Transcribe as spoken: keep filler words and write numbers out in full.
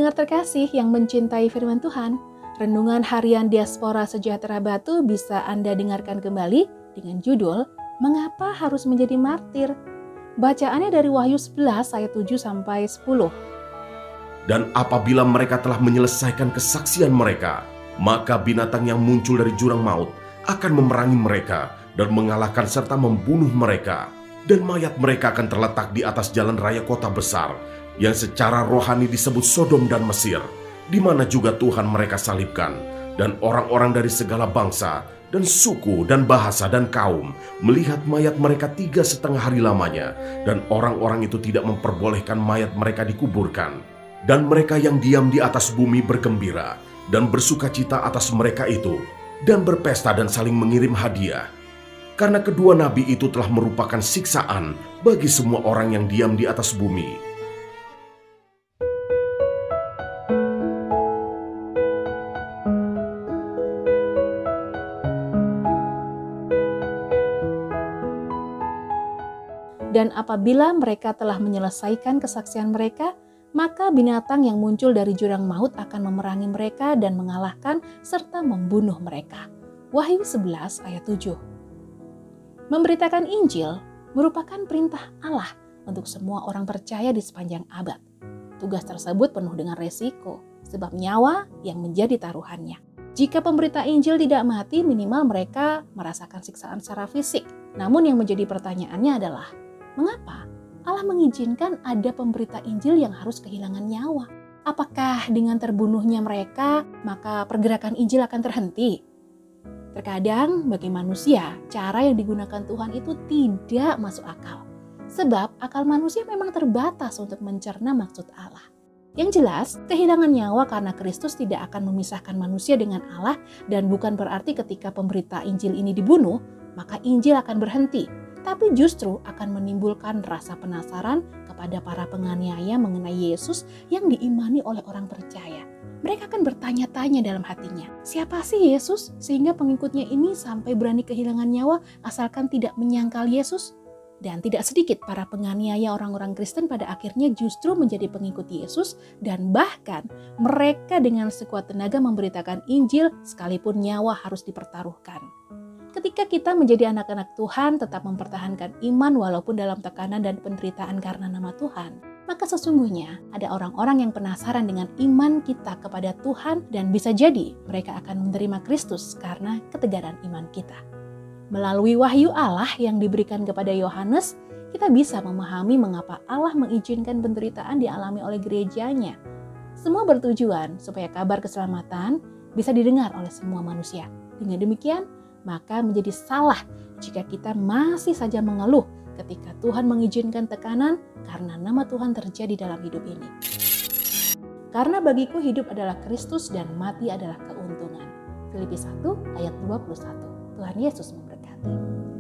Pendengar terkasih yang mencintai firman Tuhan, renungan harian Diaspora Sejahtera Batu bisa Anda dengarkan kembali dengan judul Mengapa Harus Menjadi Martir? Bacaannya dari Wahyu sebelas ayat tujuh sampai sepuluh. Dan apabila mereka telah menyelesaikan kesaksian mereka, maka binatang yang muncul dari jurang maut akan memerangi mereka dan mengalahkan serta membunuh mereka. Dan mayat mereka akan terletak di atas jalan raya kota besar, yang secara rohani disebut Sodom dan Mesir, di mana juga Tuhan mereka salibkan. Dan orang-orang dari segala bangsa, dan suku, dan bahasa, dan kaum melihat mayat mereka tiga setengah hari lamanya, dan orang-orang itu tidak memperbolehkan mayat mereka dikuburkan. Dan mereka yang diam di atas bumi bergembira, dan bersukacita atas mereka itu, dan berpesta dan saling mengirim hadiah. Karena kedua nabi itu telah merupakan siksaan bagi semua orang yang diam di atas bumi. Dan apabila mereka telah menyelesaikan kesaksian mereka, maka binatang yang muncul dari jurang maut akan memerangi mereka dan mengalahkan serta membunuh mereka. Wahyu sebelas ayat tujuh. Memberitakan Injil merupakan perintah Allah untuk semua orang percaya di sepanjang abad. Tugas tersebut penuh dengan resiko, sebab nyawa yang menjadi taruhannya. Jika pemberita Injil tidak mati, minimal mereka merasakan siksaan secara fisik. Namun yang menjadi pertanyaannya adalah, mengapa Allah mengizinkan ada pemberita Injil yang harus kehilangan nyawa? Apakah dengan terbunuhnya mereka, maka pergerakan Injil akan terhenti? Terkadang bagi manusia, cara yang digunakan Tuhan itu tidak masuk akal. Sebab akal manusia memang terbatas untuk mencerna maksud Allah. Yang jelas, kehilangan nyawa karena Kristus tidak akan memisahkan manusia dengan Allah, dan bukan berarti ketika pemberita Injil ini dibunuh, maka Injil akan berhenti. Tapi justru akan menimbulkan rasa penasaran kepada para penganiaya mengenai Yesus yang diimani oleh orang percaya. Mereka akan bertanya-tanya dalam hatinya, siapa sih Yesus sehingga pengikutnya ini sampai berani kehilangan nyawa asalkan tidak menyangkal Yesus? Dan tidak sedikit para penganiaya orang-orang Kristen pada akhirnya justru menjadi pengikut Yesus, dan bahkan mereka dengan sekuat tenaga memberitakan Injil sekalipun nyawa harus dipertaruhkan. Ketika kita menjadi anak-anak Tuhan tetap mempertahankan iman walaupun dalam tekanan dan penderitaan karena nama Tuhan, maka sesungguhnya ada orang-orang yang penasaran dengan iman kita kepada Tuhan, dan bisa jadi mereka akan menerima Kristus karena ketegaran iman kita. Melalui wahyu Allah yang diberikan kepada Yohanes, kita bisa memahami mengapa Allah mengizinkan penderitaan dialami oleh gerejanya. Semua bertujuan supaya kabar keselamatan bisa didengar oleh semua manusia. Dengan demikian, maka menjadi salah jika kita masih saja mengeluh ketika Tuhan mengizinkan tekanan karena nama Tuhan terjadi dalam hidup ini. Karena bagiku hidup adalah Kristus dan mati adalah keuntungan. Filipi satu ayat dua puluh satu. Tuhan Yesus memberkati.